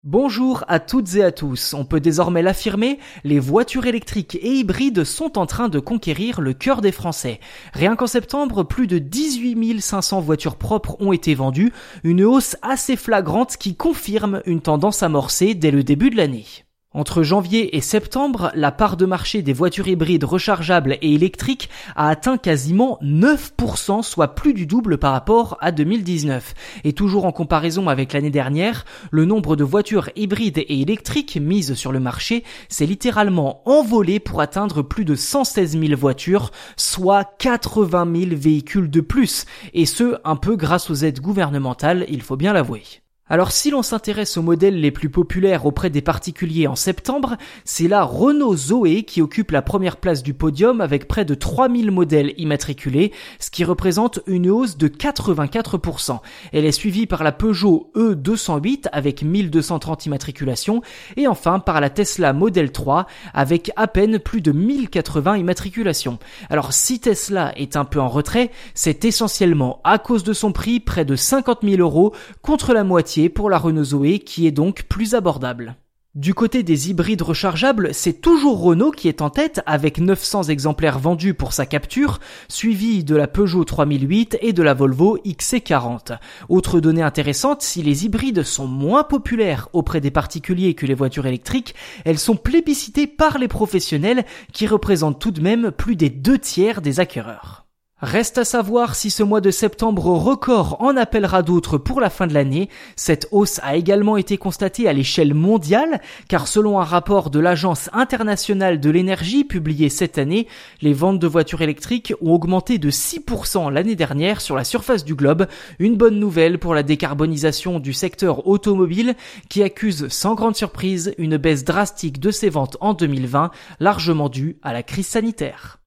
Bonjour à toutes et à tous. On peut désormais l'affirmer, les voitures électriques et hybrides sont en train de conquérir le cœur des Français. Rien qu'en septembre, plus de 18 500 voitures propres ont été vendues, une hausse assez flagrante qui confirme une tendance amorcée dès le début de l'année. Entre janvier et septembre, la part de marché des voitures hybrides rechargeables et électriques a atteint quasiment 9%, soit plus du double par rapport à 2019. Et toujours en comparaison avec l'année dernière, le nombre de voitures hybrides et électriques mises sur le marché s'est littéralement envolé pour atteindre plus de 116 000 voitures, soit 80 000 véhicules de plus. Et ce, un peu grâce aux aides gouvernementales, il faut bien l'avouer. Alors si l'on s'intéresse aux modèles les plus populaires auprès des particuliers en septembre, c'est la Renault Zoé qui occupe la première place du podium avec près de 3000 modèles immatriculés, ce qui représente une hausse de 84%. Elle est suivie par la Peugeot E208 avec 1230 immatriculations et enfin par la Tesla Model 3 avec à peine plus de 1080 immatriculations. Alors si Tesla est un peu en retrait, c'est essentiellement à cause de son prix, près de 50 000 € contre la moitié pour la Renault Zoé qui est donc plus abordable. Du côté des hybrides rechargeables, c'est toujours Renault qui est en tête avec 900 exemplaires vendus pour sa Captur, suivi de la Peugeot 3008 et de la Volvo XC40. Autre donnée intéressante, si les hybrides sont moins populaires auprès des particuliers que les voitures électriques, elles sont plébiscitées par les professionnels qui représentent tout de même plus des 2/3 des acquéreurs. Reste à savoir si ce mois de septembre record en appellera d'autres pour la fin de l'année. Cette hausse a également été constatée à l'échelle mondiale, car selon un rapport de l'Agence internationale de l'énergie publié cette année, les ventes de voitures électriques ont augmenté de 6% l'année dernière sur la surface du globe. Une bonne nouvelle pour la décarbonisation du secteur automobile qui accuse sans grande surprise une baisse drastique de ses ventes en 2020, largement due à la crise sanitaire.